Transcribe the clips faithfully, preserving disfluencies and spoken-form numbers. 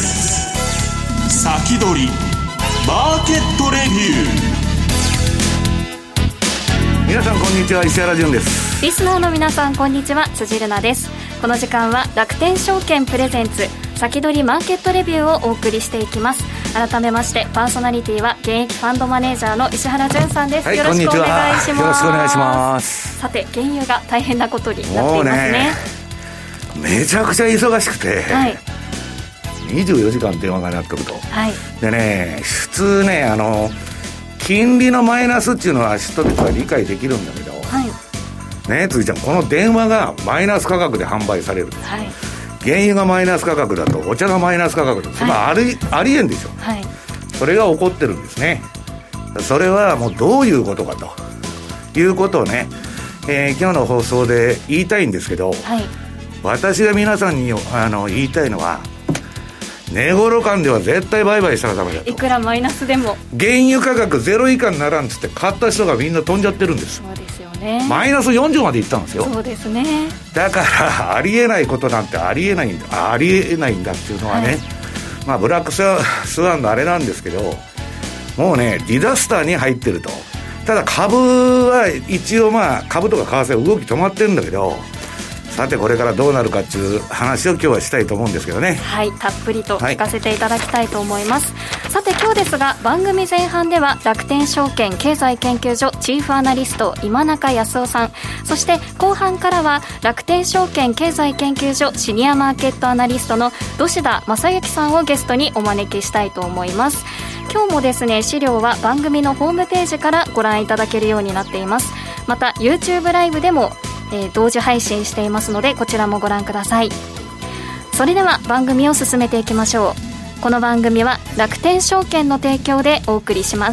先取りマーケットレビュー。皆さんこんにちは、石原潤です。 リスナーの皆さんこんにちは、辻るなです。この時間は楽天証券プレゼンツ先取りマーケットレビューをお送りしていきます。改めましてパーソナリティは現役ファンドマネージャーの石原潤さんです、はい、よろしくお願いします。 よろしくお願いします。 さて、原油が大変なことになっていますね。 めちゃくちゃ忙しくて、はい、にじゅうよじかん電話が鳴ってくると、はい、でね、普通ね、あの金利のマイナスっていうのは人々は理解できるんだけど、はいね、辻ちゃん、この電話がマイナス価格で販売される、はい、原油がマイナス価格だとお茶がマイナス価格だと、はい、まあ、あり、ありえんでしょ、はい、それが起こってるんですね。それはもうどういうことかということをね、えー、今日の放送で言いたいんですけど、はい、私が皆さんにあの言いたいのは、値頃感では絶対売買したらダメだと。 いくらマイナスでも原油価格ゼロ以下にならんつって買った人がみんな飛んじゃってるんです。 そうですよね。 マイナスよんじゅうまでいったんですよ。 そうですね。 だからありえないことなんてありえないんだありえないんだっていうのはね、はい、まあブラックスワンのあれなんですけど、もうね、ディザスターに入ってると。ただ株は一応、まあ株とか為替は動き止まってるんだけど、さてこれからどうなるかっていう話を今日はしたいと思うんですけどね。 はい、たっぷりと聞かせていただきたいと思います、はい、さて今日ですが、番組前半では楽天証券経済研究所チーフアナリスト今中康夫さん、そして後半からは楽天証券経済研究所シニアマーケットアナリストの土田正幸さんをゲストにお招きしたいと思います。今日もですね、資料は番組のホームページからご覧いただけるようになっています。また YouTube ライブでもえー、同時配信していますので、こちらもご覧ください。それでは番組を進めていきましょう。この番組は楽天証券の提供でお送りします。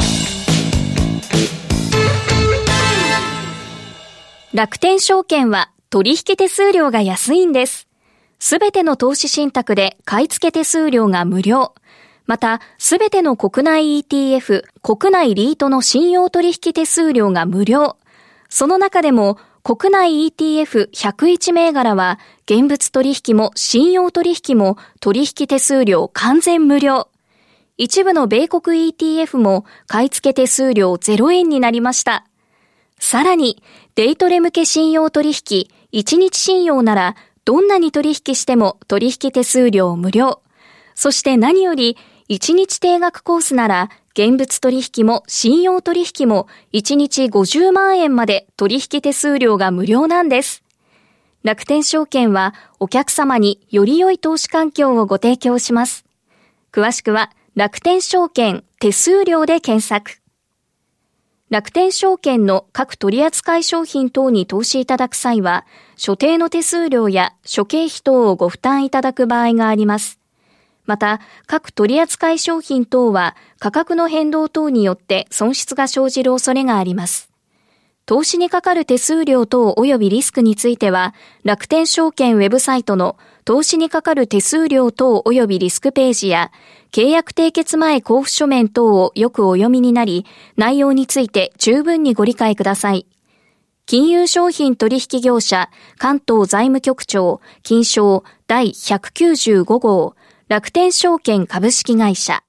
楽天証券は取引手数料が安いんです。すべての投資信託で買い付け手数料が無料。また、すべての国内 イーティーエフ、国内リートの信用取引手数料が無料。その中でも国内 イーティーエフひゃくいち 銘柄は現物取引も信用取引も取引手数料完全無料。一部の米国 イーティーエフ も買い付け手数料ゼロえんになりました。さらにデイトレ向け信用取引いちにち信用ならどんなに取引しても取引手数料無料。そして何よりいちにち定額コースなら現物取引も信用取引もいちにちごじゅうまんえんまで取引手数料が無料なんです。楽天証券はお客様により良い投資環境をご提供します。詳しくは楽天証券手数料で検索。楽天証券の各取扱商品等に投資いただく際は、所定の手数料や諸経費等をご負担いただく場合があります。また、各取扱商品等は価格の変動等によって損失が生じる恐れがあります。投資にかかる手数料等及びリスクについては、楽天証券ウェブサイトの投資にかかる手数料等及びリスクページや、契約締結前交付書面等をよくお読みになり、内容について十分にご理解ください。金融商品取引業者関東財務局長金商第ひゃくきゅうじゅうご号楽天証券株式会社。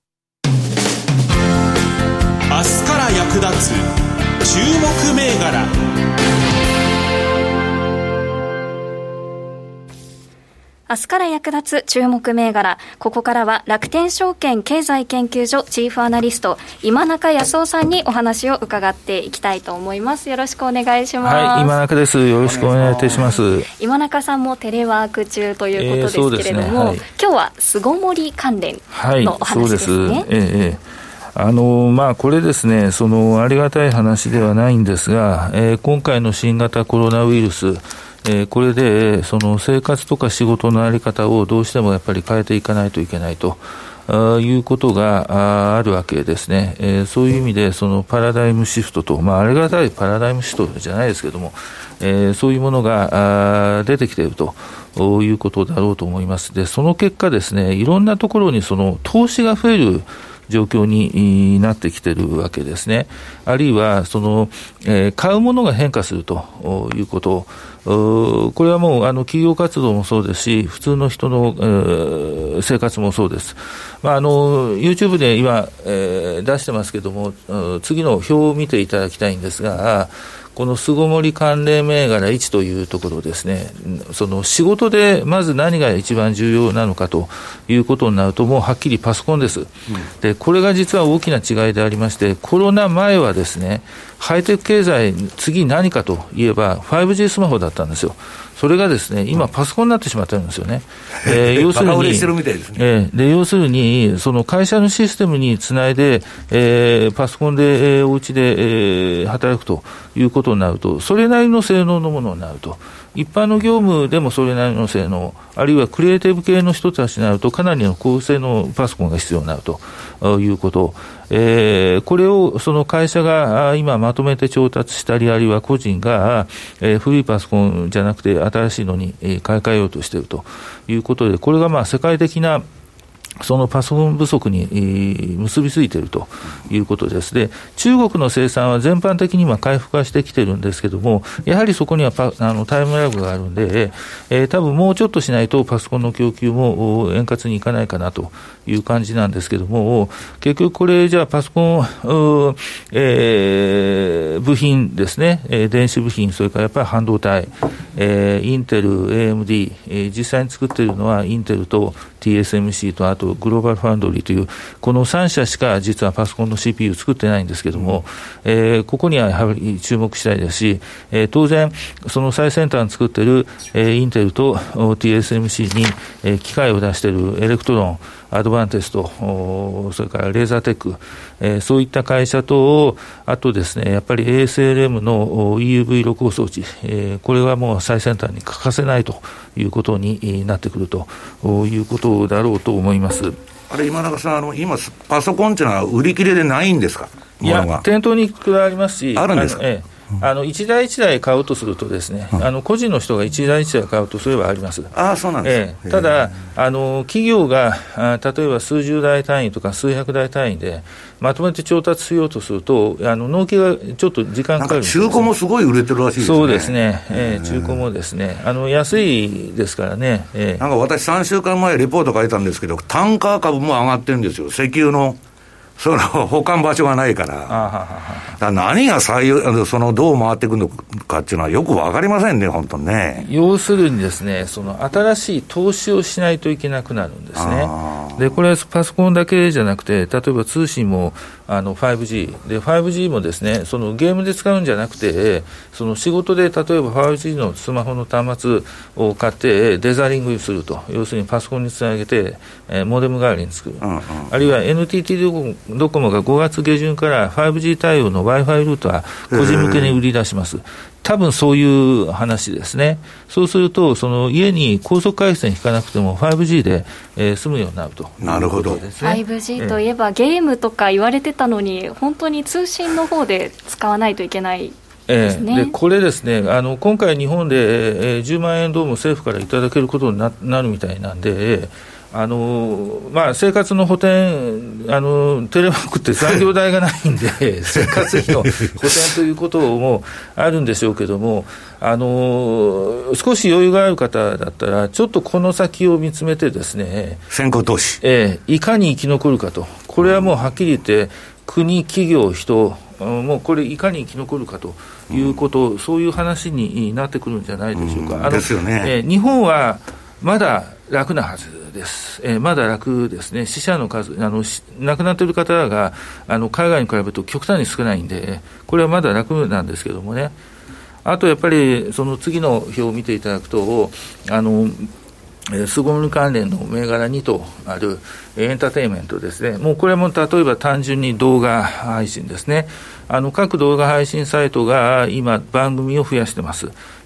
明日から役立つ注目銘柄。 明日から役立つ注目銘柄。ここからは楽天証券経済研究所チーフアナリスト今中康夫さんにお話を伺っていきたいと思います。よろしくお願いします。 はい、今中です。よろしくお願いいたします。 今中さんもテレワーク中ということですけれども、えーねはい、今日は巣ごもり関連のお話ですね。はい、そうです。えーあのまあ、これですね、そのありがたい話ではないんですが、えー、今回の新型コロナウイルス、えー、これでその生活とか仕事のあり方をどうしてもやっぱり変えていかないといけないということが あ, あるわけですね、えー、そういう意味でそのパラダイムシフトと、まあ、ありがたいパラダイムシフトじゃないですけども、えー、そういうものが出てきているということだろうと思います。で、その結果ですね、いろんなところにその投資が増える状況になってきているわけですね。あるいはその、えー、買うものが変化するということ、これはもうあの企業活動もそうですし、普通の人の、えー、生活もそうです。まあ、あの YouTube で今、えー、出してますけども、次の表を見ていただきたいんですが、この巣ごもり関連銘柄いちというところですね、その仕事でまず何が一番重要なのかということになると、もうはっきりパソコンです、うん、でこれが実は大きな違いでありまして、コロナ前はですね、ハイテク経済、次何かといえば ファイブジー スマホだったんですよ。それがですね、今パソコンになってしまってるんですよね。えー、要するに、えー、で要するにその会社のシステムにつないで、えー、パソコンで、えー、お家で、えー、働くということになると、それなりの性能のものになると。一般の業務でもそれなりの性能、あるいはクリエイティブ系の人たちになるとかなりの高性能パソコンが必要になるということ、えー、これをその会社が今まとめて調達したり、あるいは個人が、えー、古いパソコンじゃなくて新しいのに買い替えようとしているということで、これがまあ世界的なそのパソコン不足に結びついているということです。で、中国の生産は全般的に今回復化してきているんですけども、やはりそこにはパあのタイムラグがあるんで、えー、多分もうちょっとしないとパソコンの供給も円滑にいかないかなという感じなんですけども、結局これじゃあパソコン、えー、部品ですね、えー、電子部品、それからやっぱり半導体、えー、インテル、エーエムディー、えー、実際に作っているのはインテルと ティーエスエムシー とあとグローバルファンドリーというこのさん社しか実はパソコンの シーピーユー 作ってないんですけども、うん、えー、ここにはやはり注目したいですし、えー、当然その最先端作っている、えー、インテルと ティーエスエムシー に、えー、機械を出しているエレクトロン、アドバンテスト、それからレーザーテック、えー、そういった会社と、あとですね、やっぱり エーエスエルエム の イーユーブイ 露光装置、えー、これはもう最先端に欠かせないということになってくるということだろうと思います。 あれ、今中さん、あの今パソコンっていうのは売り切れでないんですか？ いや、店頭にいくらありますし、 あるんですか？ ええ、あの一台一台買おうとするとですね、うん、あの個人の人が一台一台買うとすればあります。 ああ、そうなんです、 ええ、ただあの企業があ例えば数十台単位とか数百台単位でまとめて調達しようとすると、あの納期がちょっと時間かかるんです、ね、 中古もすごい売れてるらしいですね。 そうですね、ええ、中古もですね、あの安いですからね、ええ、 なんか私さんしゅうかんまえレポート書いたんですけど、タンカー株も上がってるんですよ。石油のその保管場所がないから、あはははだから何が採用そのどう回っていくのかっていうのはよく分かりませんね、本当にね。 要するにですね、その新しい投資をしないといけなくなるんですね。でこれはパソコンだけじゃなくて、例えば通信もあの ファイブジー で ファイブジー もですね、そのゲームで使うんじゃなくて、その仕事で例えば ファイブジー のスマホの端末を買ってデザリングすると、要するにパソコンにつなげて、えー、モデム代わりに作る、うんうん、あるいは エヌティーティー ドコモドコモがごがつ下旬から ファイブジー 対応の Wi-Fi ルートは個人向けに売り出します。多分そういう話ですね。そうするとその家に高速回線引かなくても ファイブジー で、えー、済むようになるということですね。 なるほど。 ファイブジー といえば、えー、ゲームとか言われてたのに本当に通信の方で使わないといけないですね。 えー、でこれですね、あの今回日本で、えー、じゅうまんえんどうも政府からいただけることに な, なるみたいなんで、えーあのまあ、生活の補填、あのテレワークって残業代がないんで生活費の補填ということもあるんでしょうけども、あの少し余裕がある方だったらちょっとこの先を見つめてですね、 先行投資、 えー、いかに生き残るかと、これはもうはっきり言って国、企業、人、もうこれいかに生き残るかということ、うん、そういう話になってくるんじゃないでしょうか。うん、あのですよね。 えー、日本はまだ楽なはずです、えー、まだ楽ですね。死者の数、あの亡くなっている方があの海外に比べると極端に少ないんで、これはまだ楽なんですけどもね。あとやっぱりその次の表を見ていただくと、あの巣ごもり関連の銘柄にとあるエンターテインメントですね。もうこれも例えば単純に動画配信ですね。あの各動画配信サイトが今番組を増やしてます。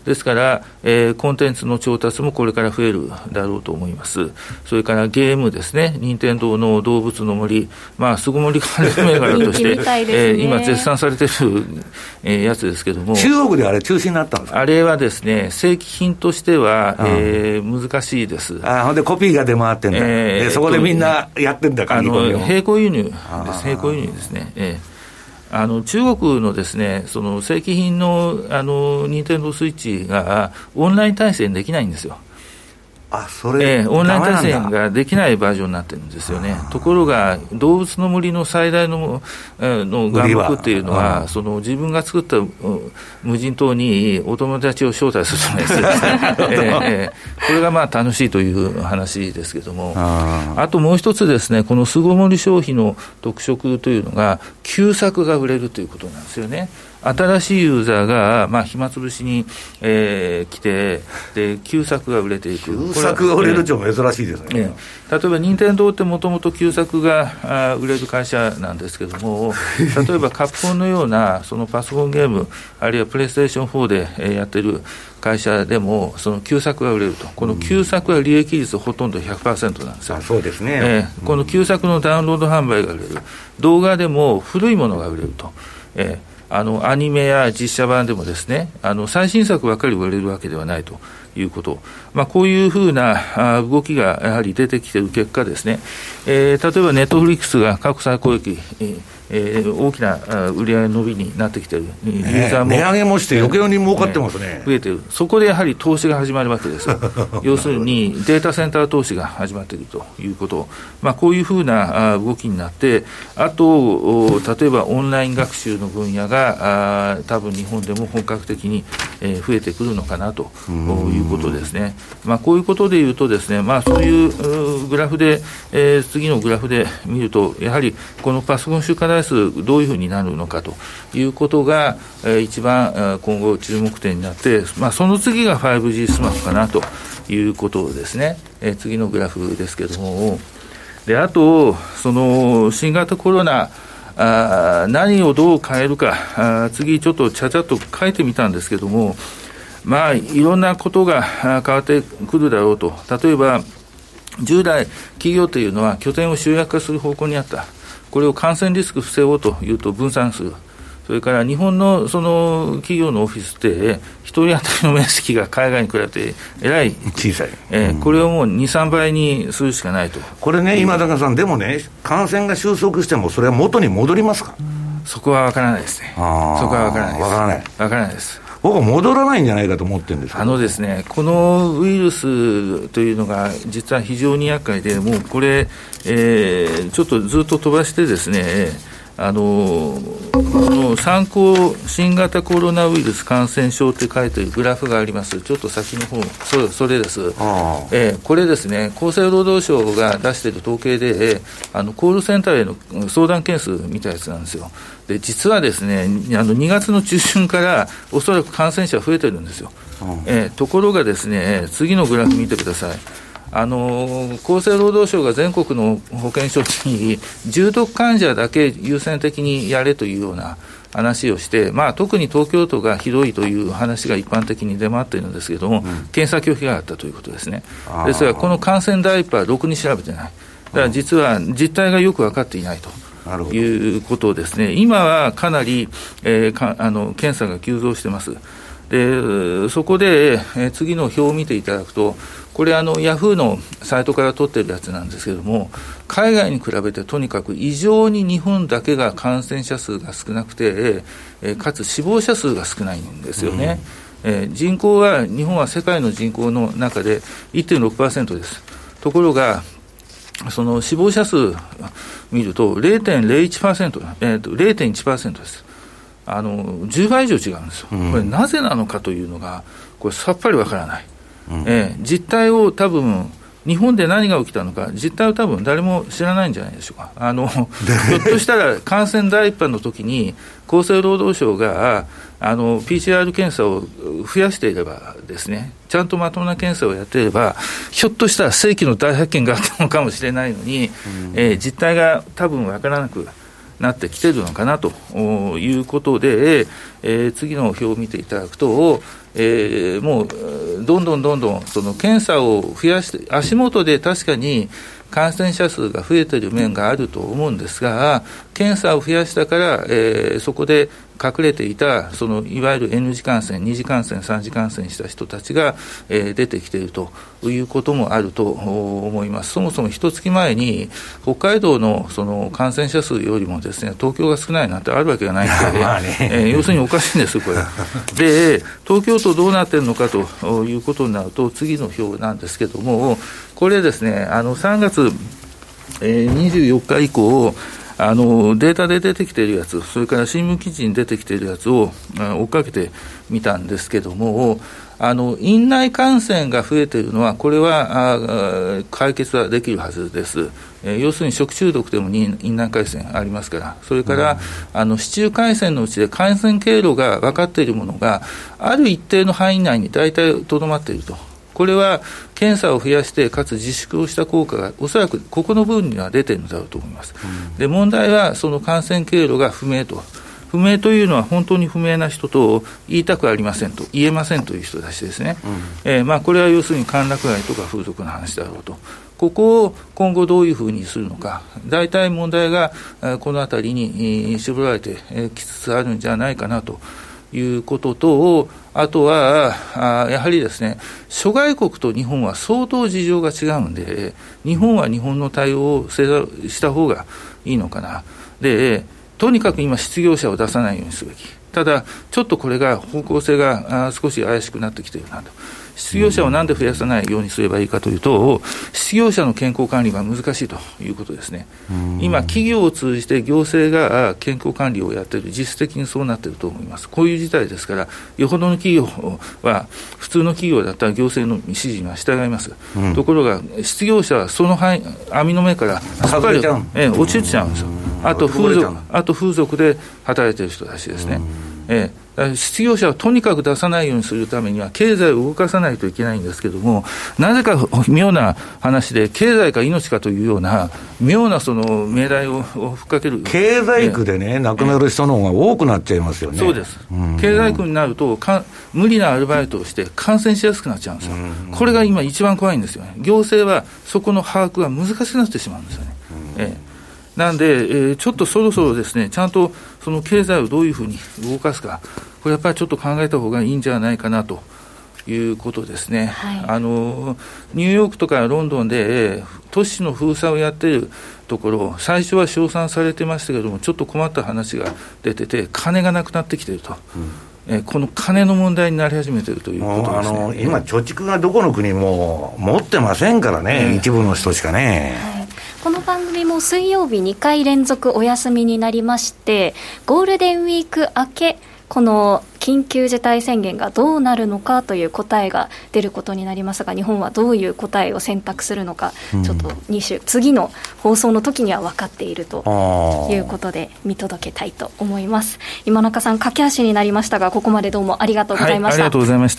ですから、えー、コンテンツの調達もこれから増えるだろうと思います。それからゲームですね、任天堂の動物の森、まあ、巣ごもり関連銘柄として、ねえー、今絶賛されている、えー、やつですけども、 中国であれ中止になったんですか？ あれはですね、正規品としては、えー、難しいです。 あ、ほんでコピーが出回ってんだ、えー、でそこでみんなやってんだから、 あの並行輸入です。並行輸入ですね。えーあの中国のですね、その正規品のあの任天堂スイッチがオンライン対戦できないんですよ。 あ、それ、 えー、オンライン対戦ができないバージョンになってるんですよね。ところが動物の森の最大の、えー、の眼目っていうのは、その自分が作った無人島にお友達を招待するじゃないですか、えーえー、これがまあ楽しいという話ですけども、あ, あともう一つですね、この巣ごもり消費の特色というのが旧作が売れるということなんですよね。新しいユーザーが、まあ、暇つぶしに、えー、来て、で旧作が売れていく。 旧作が売れるって珍しいですね。 えー、例えば任天堂ってもともと旧作が売れる会社なんですけども、例えばカプコンのようなそのパソコンゲーム、あるいはプレイステーションフォーで、えー、やってる会社でもその旧作が売れると。この旧作は利益率ほとんど ひゃくパーセント なんですよ。 あ、そうですね。 えー、この旧作のダウンロード販売が売れる。動画でも古いものが売れると。えーあのアニメや実写版でもですね、あの最新作ばかり売れるわけではないということ、まあ、こういうふうな動きがやはり出てきている結果ですね、えー、例えばネットフリックスが過去最高益、えーえー、大きな売り上げ伸びになってきている、ユーザーも、 ね、値上げもして余計に儲かってますね、 ね、増えている。そこでやはり投資が始まるわけですよ要するにデータセンター投資が始まっているということ、まあ、こういうふうな動きになって、あと例えばオンライン学習の分野があ多分日本でも本格的に、えー、増えてくるのかなということですね。まあ、こういうことでいうとですね、まあ、そういうグラフで、えー、次のグラフで見ると、やはりこのパソコン出荷台数どういうふうになるのかということが、えー、一番今後注目点になって、まあ、その次が ファイブジー スマホかなということですね。えー、次のグラフですけれども、であとその新型コロナあ何をどう変えるか、あ次ちょっとちゃちゃっと書いてみたんですけども、まあいろんなことが変わってくるだろうと。例えば従来企業というのは拠点を集約化する方向にあった。これを感染リスク防ごうというと分散する。それから日本のその企業のオフィスって一人当たりの面積が海外に比べてえらい小さい、 えー、これをもう にさんばいにするしかないと。 これね、今高さん、でもね、感染が収束してもそれは元に戻りますか？ そこは分からないですね。そこは分からないです。 分からない分からないです。 僕は戻らないんじゃないかと思ってるんですけど、 あのですね、このウイルスというのが実は非常に厄介で、もうこれ、えー、ちょっとずっと飛ばしてですね、あのこの参考新型コロナウイルス感染症って書いているグラフがあります。ちょっと先の方、そ, それです。えー、これですね、厚生労働省が出している統計で、あのコールセンターへの相談件数みたいなやつなんですよ。で実はですね、あのにがつの中旬からおそらく感染者増えてるんですよ。えー、ところがですね、次のグラフ見てください。あの厚生労働省が全国の保健所に重篤患者だけ優先的にやれというような話をして、まあ、特に東京都がひどいという話が一般的に出回っているんですけれども、うん、検査拒否があったということですね。ですからこの感染第一波はろくに調べてない。だから実は実態がよく分かっていないということですね。今はかなり、えー、かあの検査が急増してます。でそこで、えー、次の表を見ていただくと、これあのヤフーのサイトから取ってるやつなんですけれども、海外に比べてとにかく異常に日本だけが感染者数が少なくて、えー、かつ死亡者数が少ないんですよね。うん、えー、人口は日本は世界の人口の中で いってんろくパーセント です。ところがその死亡者数見ると ゼロてんゼロいちパーセント、えー、と ゼロてんいちパーセント です。あのじゅうばい以上違うんですよ。これなぜなのかというのがこれさっぱりわからない。うん、えー、実態を多分日本で何が起きたのか実態を多分誰も知らないんじゃないでしょうか。あのひょっとしたら感染第一波の時に厚生労働省があの ピーシーアール 検査を増やしていればですね、ちゃんとまともな検査をやっていればひょっとしたら世紀の大発見があったのかもしれないのに、うん、えー、実態が多分わからなくなってきているのかなということで、えー、次の表を見ていただくと、 えー、もうどんどんどんどんその検査を増やして、足元で確かに感染者数が増えている面があると思うんですが、検査を増やしたから、えー、そこで隠れていたそのいわゆる N 次感染、に次感染、さん次感染した人たちが、えー、出てきているということもあると思います。そもそも一月前に北海道のその感染者数よりもですね、東京が少ないなんてあるわけがないので、ねえー、要するにおかしいんですよこれで、東京都どうなっているのかということになると次の表なんですけども、これですね、あのさんがつ、えー、にじゅうよっか以降あのデータで出てきているやつ、それから新聞記事に出てきているやつを追っかけてみたんですけども、あの院内感染が増えているのはこれはあ解決はできるはずです。えー、要するに食中毒でも院内感染ありますから、それから、うん、あの市中感染のうちで感染経路が分かっているものがある一定の範囲内に大体とどまっていると。これは検査を増やしてかつ自粛をした効果がおそらくここの部分には出ているのだろうと思います。うん、で問題はその感染経路が不明と。不明というのは本当に不明な人と言いたくありませんと言えませんという人たちですね。うんえーまあ、これは要するに歓楽街とか風俗の話だろうと。ここを今後どういうふうにするのか、大体問題がこのあたりに絞られてきつつあるんじゃないかなということと、あとはあやはりですね、諸外国と日本は相当事情が違うんで、日本は日本の対応をせざした方がいいのかな。でとにかく今失業者を出さないようにすべき。ただちょっとこれが方向性が少し怪しくなってきているなと。失業者をなんで増やさないようにすればいいかというと、失業者の健康管理が難しいということですね。今企業を通じて行政が健康管理をやっている、実質的にそうなっていると思います。こういう事態ですから、よほどの企業は普通の企業だったら行政の指示には従います、うん、ところが失業者はその範囲網の目からすっかり、えー、落ちちゃうんですよ。あと風俗、あと風俗で働いている人たちですね。えー失業者をとにかく出さないようにするためには経済を動かさないといけないんですけども、なぜか妙な話で経済か命かというような妙なその命題をふっかける。 経済苦でね、亡くなる人の方が多くなっちゃいますよね。 そうです。経済苦になるとか無理なアルバイトをして感染しやすくなっちゃうんですよ。これが今一番怖いんですよね。行政はそこの把握が難しくなってしまうんですよね。ええなんで、えー、ちょっとそろそろですね、ちゃんとその経済をどういうふうに動かすか、これやっぱりちょっと考えた方がいいんじゃないかなということですね。はい、あのニューヨークとかロンドンで、えー、都市の封鎖をやっているところ、最初は称賛されてましたけれども、ちょっと困った話が出てて、金がなくなってきていると。うんえー、この金の問題になり始めているということですね。 あの今貯蓄がどこの国も持ってませんからね、えー、一部の人しかね。 はいこの番組も水曜日にかい連続お休みになりまして、ゴールデンウィーク明けこの緊急事態宣言がどうなるのかという答えが出ることになりますが、日本はどういう答えを選択するのか、うん、ちょっとに週次の放送の時には分かっているということで見届けたいと思います。今中さん、駆け足になりましたが、ここまでどうもありがとうございました。 はい、ありがとうございました。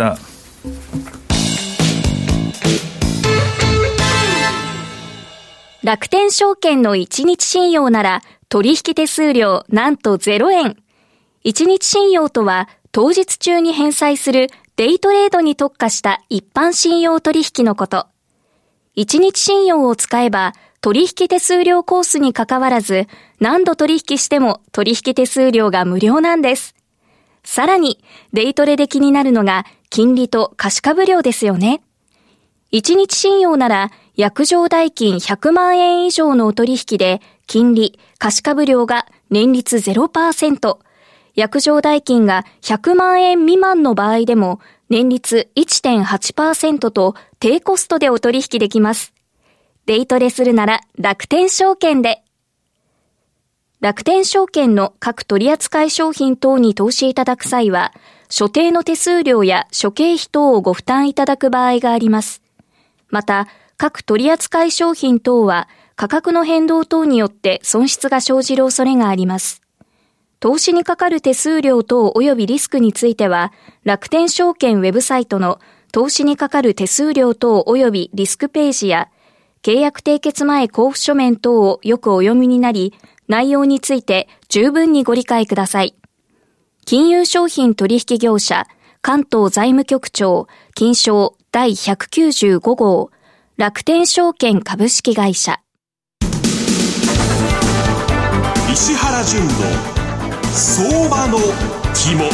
楽天証券のいちにち信用なら取引手数料なんとゼロえん。いちにち信用とは当日中に返済するデイトレードに特化した一般信用取引のこと。いちにち信用を使えば取引手数料コースに関わらず何度取引しても取引手数料が無料なんです。さらにデイトレで気になるのが金利と貸株料ですよね。いちにち信用なら約定代金ひゃくまんえん以上のお取引で金利、貸株料が年率 ゼロパーセント、約定代金がひゃくまんえん未満の場合でも年率 いってんはちパーセント と低コストでお取引できます。デイトレするなら楽天証券で。楽天証券の各取扱商品等に投資いただく際は、所定の手数料や諸経費等をご負担いただく場合があります。また、各取扱商品等は価格の変動等によって損失が生じる恐れがあります。投資にかかる手数料等及びリスクについては、楽天証券ウェブサイトの投資にかかる手数料等及びリスクページや、契約締結前交付書面等をよくお読みになり、内容について十分にご理解ください。金融商品取引業者、 関東財務局長金商だいひゃくきゅうじゅうご号楽天証券株式会社。 石原淳の相場の肝。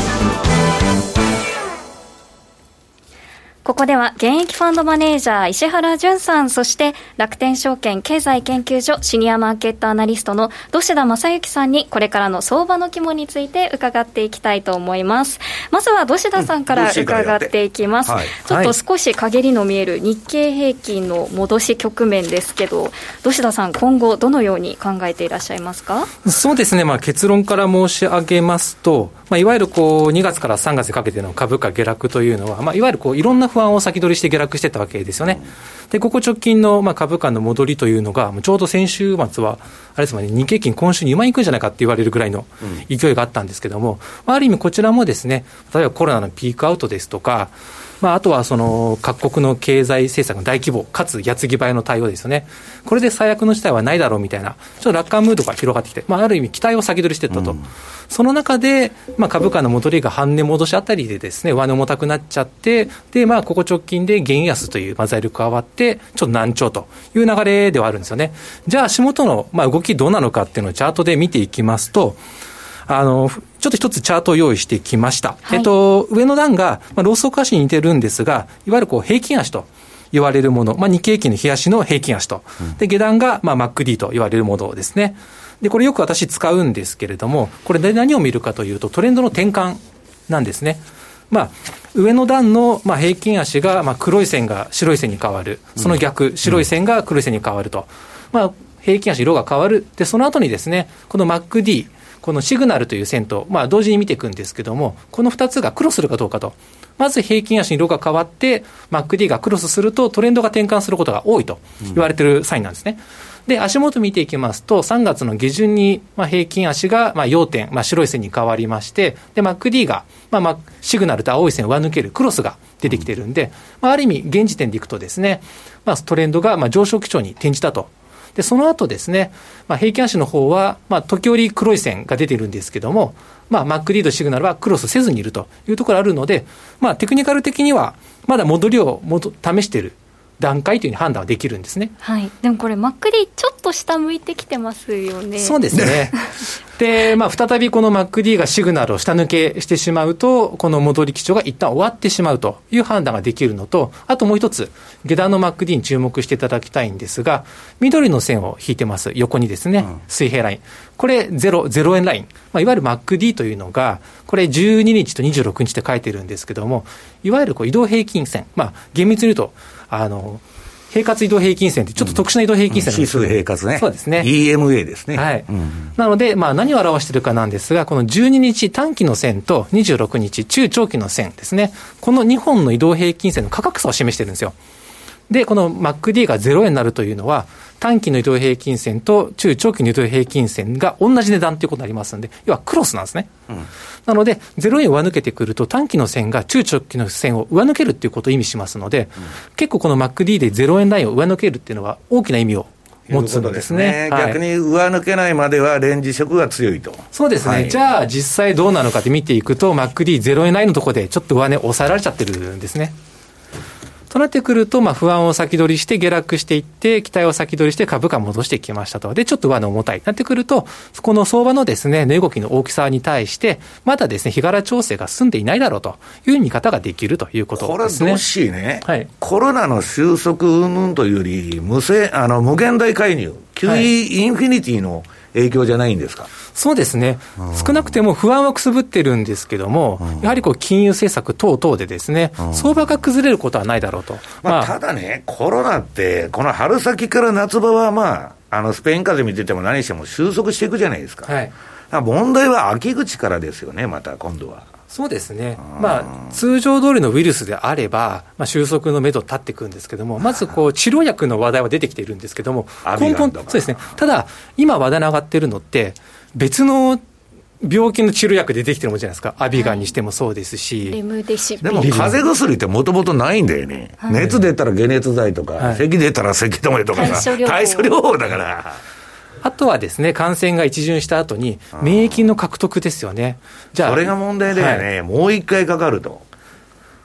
ここでは現役ファンドマネージャー石原淳さん、そして楽天証券経済研究所シニアマーケットアナリストの土師田正幸さんにこれからの相場の肝について伺っていきたいと思います。まずは土師田さんから伺っていきます、うん、はい、ちょっと少し陰りの見える日経平均の戻し局面ですけど、土師田さん今後どのように考えていらっしゃいますか？ そうですね、まあ、結論から申し上げますと、まあ、いわゆるこうにがつからさんがつにかけての株価下落というのは、まあ、いわゆるこういろんな不安を先取りして下落してたわけですよね。で、ここ直近のまあ株価の戻りというのが、ちょうど先週末は、あれですもんね、日経平均今週にまんいくんじゃないかって言われるぐらいの勢いがあったんですけども、うん、ある意味こちらもですね、例えばコロナのピークアウトですとか、まあ、あとはその各国の経済政策の大規模かつ矢継ぎ早の対応ですよね。これで最悪の事態はないだろうみたいなちょっと楽観ムードが広がってきて、まあ、ある意味期待を先取りしていったと、うん、その中で、まあ、株価の戻りが半値戻しあたりでですね上値重たくなっちゃって、で、まあ、ここ直近で原安というまあ材料加わってちょっと難聴という流れではあるんですよね。じゃあ足元のまあ動きどうなのかっていうのをチャートで見ていきますと、あのちょっと一つチャートを用意してきました、はい。えっと、上の段が、まあ、ローソク足に似てるんですが、いわゆるこう平均足と言われるもの、まあ、日経平均の日足の平均足と、うん、で下段が、まあ、マックディー と言われるものですね。でこれよく私使うんですけれども、これで何を見るかというとトレンドの転換なんですね。まあ、上の段の、まあ、平均足が、まあ、黒い線が白い線に変わる、その逆、うん、白い線が黒い線に変わると、まあ、平均足色が変わる。でその後にですね、このマックディー、このシグナルという線と、まあ、同時に見ていくんですけども、このふたつがクロスするかどうかと。まず平均足に色が変わって マックディー がクロスするとトレンドが転換することが多いと言われているサインなんですね、うん、で足元見ていきますとさんがつの下旬にまあ平均足がまあ要点、まあ、白い線に変わりまして、で マックディー がまあまあシグナルと青い線を上抜けるクロスが出てきているんで、まあ、ある意味現時点でいくとですね、まあ、トレンドがまあ上昇基調に転じたと。でその後ですね、まあ、平均足の方は、まあ、時折黒い線が出ているんですけども、まあ、マックディーとシグナルはクロスせずにいるというところがあるので、まあ、テクニカル的にはまだ戻りをもと試している段階というふうに判断はできるんですね。 はい、でもこれマックディーちょっと下向いてきてますよね。 そうですねで、まあ、再びこのマックディーがシグナルを下抜けしてしまうとこの戻り基調が一旦終わってしまうという判断ができるのと、あともう一つ下段のマックディーに注目していただきたいんですが、緑の線を引いてます横にですね、うん、水平ライン、これゼロ、ゼロ円ライン、まあ、いわゆるマックディーというのがこれじゅうににちとにじゅうろくにちって書いてるんですけども、いわゆるこう移動平均線、まあ、厳密に言うとあの平滑移動平均線ってちょっと特殊な移動平均線なんですけど、 うん、指数平滑ね。 そうですね。 イーエムエー ですね。 はい。うん、なので、まあ何を表しているかなんですが、このじゅうににち短期の線とにじゅうろくにち中長期の線ですね。このにほんの移動平均線の価格差を示しているんですよ。で、この マックディー がゼロえんになるというのは、短期の移動平均線と中長期の移動平均線が同じ値段ということになりますので、要はクロスなんですね。うん、なので、ゼロえんを上抜けてくると、短期の線が中長期の線を上抜けるということを意味しますので、うん、結構この マックディー でゼロえんラインを上抜けるっていうのは大きな意味を持つんですね。 いうことですね。はい、逆に上抜けないまではレンジ色が強いと。 そうですね。はい、じゃあ実際どうなのかって見ていくと、マックディーゼロえんラインのところでちょっと上値抑えられちゃってるんですね。となってくると、まあ、不安を先取りして下落していって、期待を先取りして株価戻してきましたと。で、ちょっと上値重たい。なってくると、この相場のですね、値動きの大きさに対して、まだですね、日柄調整が進んでいないだろうという見方ができるということですね。 これ、どっしいね。 はい。 コロナの収束云々というより、無せあの無限大介入、キューイー インフィニティの影響じゃないんですか。 そうですね。少なくても不安はくすぶってるんですけども、やはりこう金融政策等々でですね、相場が崩れることはないだろうと。 まあまあ、ただね、コロナってこの春先から夏場はまああのスペイン風邪見てても何しても収束していくじゃないですか。はい、問題は秋口からですよね。また今度は。 そうですね。まあ、通常通りのウイルスであれば、まあ、収束の目処立ってくるんですけども、まずこう治療薬の話題は出てきているんですけども、根本、そうですね。ただ、今話題に上がっているのって、別の病気の治療薬でできてるもんじゃないですか。アビガンにしてもそうですし。 レムデシビル。でも風邪薬ってもともとないんだよね。はい、熱出たら解熱剤とか、はい、咳出たら咳止めとかさ、対処療法だから。 あとはですね、感染が一巡した後に免疫の獲得ですよね。 じゃあそれが問題だよね、はい、もう一回かかると。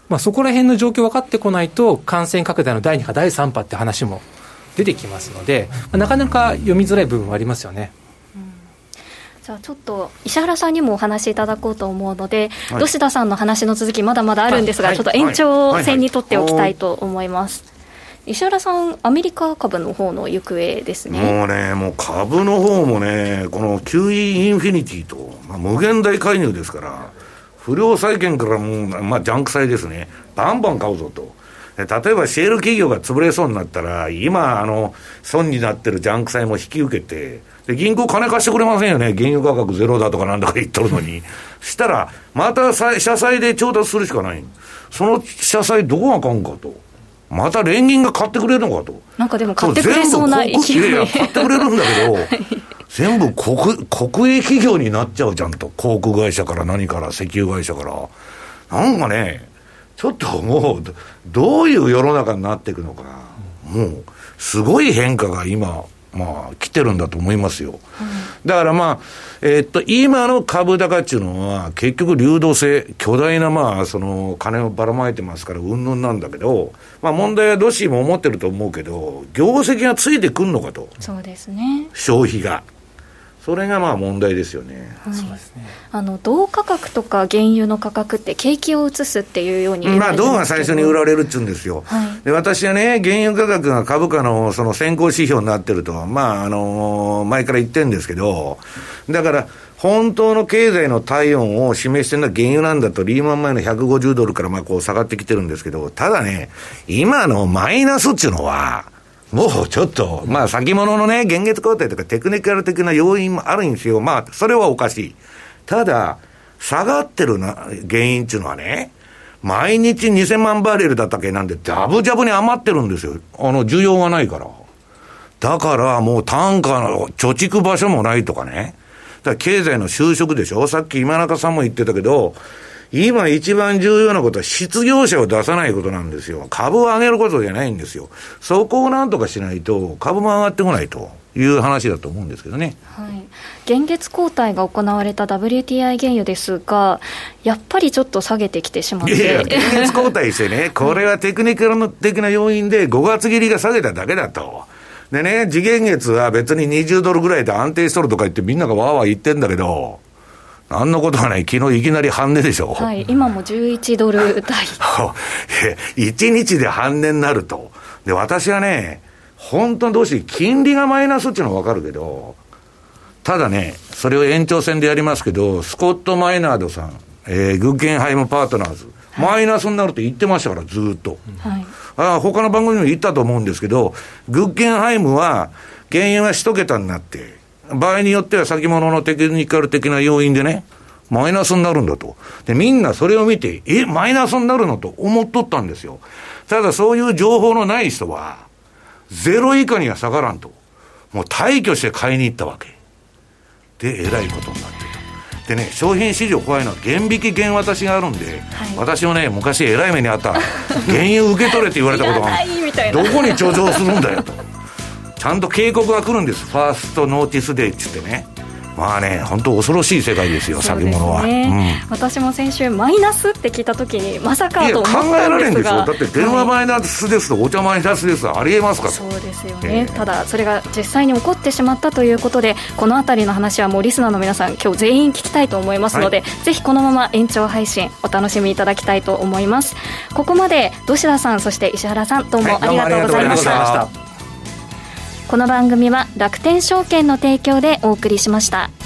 まあ、そこら辺の状況分かってこないと感染拡大のだいに波だいさん波って話も出てきますので、まあ、なかなか読みづらい部分はありますよね。 じゃあちょっと石原さんにもお話しいただこうと思うので、はい、土田さんの話の続きまだまだあるんですが、はい、ちょっと延長戦にとっておきたいと思います。はいはいはい、石原さん、アメリカ株の方の行方ですね。 もうね、もう株の方もね、この キューイー インフィニティと、まあ、無限大介入ですから不良債券からもう、まあ、ジャンク債ですね、バンバン買うぞと。例えばシェール企業が潰れそうになったら今あの損になってるジャンク債も引き受けて、で銀行金貸してくれませんよね、原油価格ゼロだとかなんだか言っとるのにしたらまた社債で調達するしかない。その社債どこが買うんかと、また連銀が買ってくれるのかと。 なんかでも買ってくれそうな勢い。いやいや買ってくれるんだけど、はい、全部 国, 国営企業になっちゃうじゃんと。航空会社から何から石油会社からなんかね、ちょっともうどういう世の中になっていくのか、もうすごい変化が今まあ来てるんだと思いますよ。うん、だからまあえー、っと今の株高っていうのは結局流動性、巨大なまあその金をばらまいてますからうんぬんなんだけど、まあ問題はどっしも思ってると思うけど、業績がついてくんのかと。 そうですね。 消費が。それがまあ問題ですよね。 はい、そうですね。あの銅価格とか原油の価格って景気を移すっていうように言われてますけど、 まあ銅が最初に売られるっちゅうんですよ。はい、で私はね、原油価格が株価のその先行指標になってると、まああの前から言ってるんですけど、だから本当の経済の体温を示してるのは原油なんだと、リーマン前のひゃくごじゅうドルからまあこう下がってきてるんですけど、ただね、今のマイナスっていうのはもうちょっと、まあ先物のね、現月交代とかテクニカル的な要因もあるんですよ。まあそれはおかしい。ただ、下がってるな原因っていうのはね、毎日にせんまんバレルだったっけなんで、ジャブジャブに余ってるんですよ。あの、需要がないから。だからもう単価の貯蓄場所もないとかね。だから経済の収縮でしょ。さっき今中さんも言ってたけど、今一番重要なことは失業者を出さないことなんですよ。株を上げることじゃないんですよ。そこをなんとかしないと株も上がってこないという話だと思うんですけどね。 はい、現月交代が行われた ダブリューティーアイ 原油ですが、やっぱりちょっと下げてきてしまって、いやいや現月交代してねこれはテクニカル的な要因でごがつ切りが下げただけだと。でね、次元月は別ににじゅうドルぐらいで安定しとるとか言ってみんながわーわー言ってんだけど、なんのことはない。昨日いきなり半値でしょ。 はい、今もじゅういちドル台いちにちで半値になると。で私はね、本当にどうして金利がマイナスっていうのは分かるけど、ただね、それを延長戦でやりますけど、スコット・マイナードさん、えー、グッゲンハイムパートナーズ、はい、マイナスになるって言ってましたからずっと、はい、あ他の番組にも言ったと思うんですけど、グッゲンハイムは原油が一桁になって場合によっては先物のテクニカル的な要因でね、マイナスになるんだと。で、みんなそれを見て、え、マイナスになるのと思っとったんですよ。ただそういう情報のない人は、ゼロ以下には下がらんと。もう大挙して買いに行ったわけ。で、えらいことになってた。でね、商品市場怖いのは、減引き減渡しがあるんで、はい、私もね、昔えらい目にあった、原油受け取れって言われたことがある。どこに貯蔵するんだよと。ちゃんと警告が来るんです。ファーストノーティスデーって言ってね。まあね、本当恐ろしい世界ですよ、先物は、ね、 うん、私も先週マイナスって聞いたときにまさかと思ったんですが、 いや考えられないんですよ。だって電話マイナスですと、はい、お茶マイナスですとありえますかと。 そうですよね、えー、ただそれが実際に起こってしまったということで、このあたりの話はもうリスナーの皆さん今日全員聞きたいと思いますので、はい、ぜひこのまま延長配信お楽しみいただきたいと思います。ここまで土田さん、そして石原さん、どうもありがとうございました、はい、この番組は楽天証券の提供でお送りしました。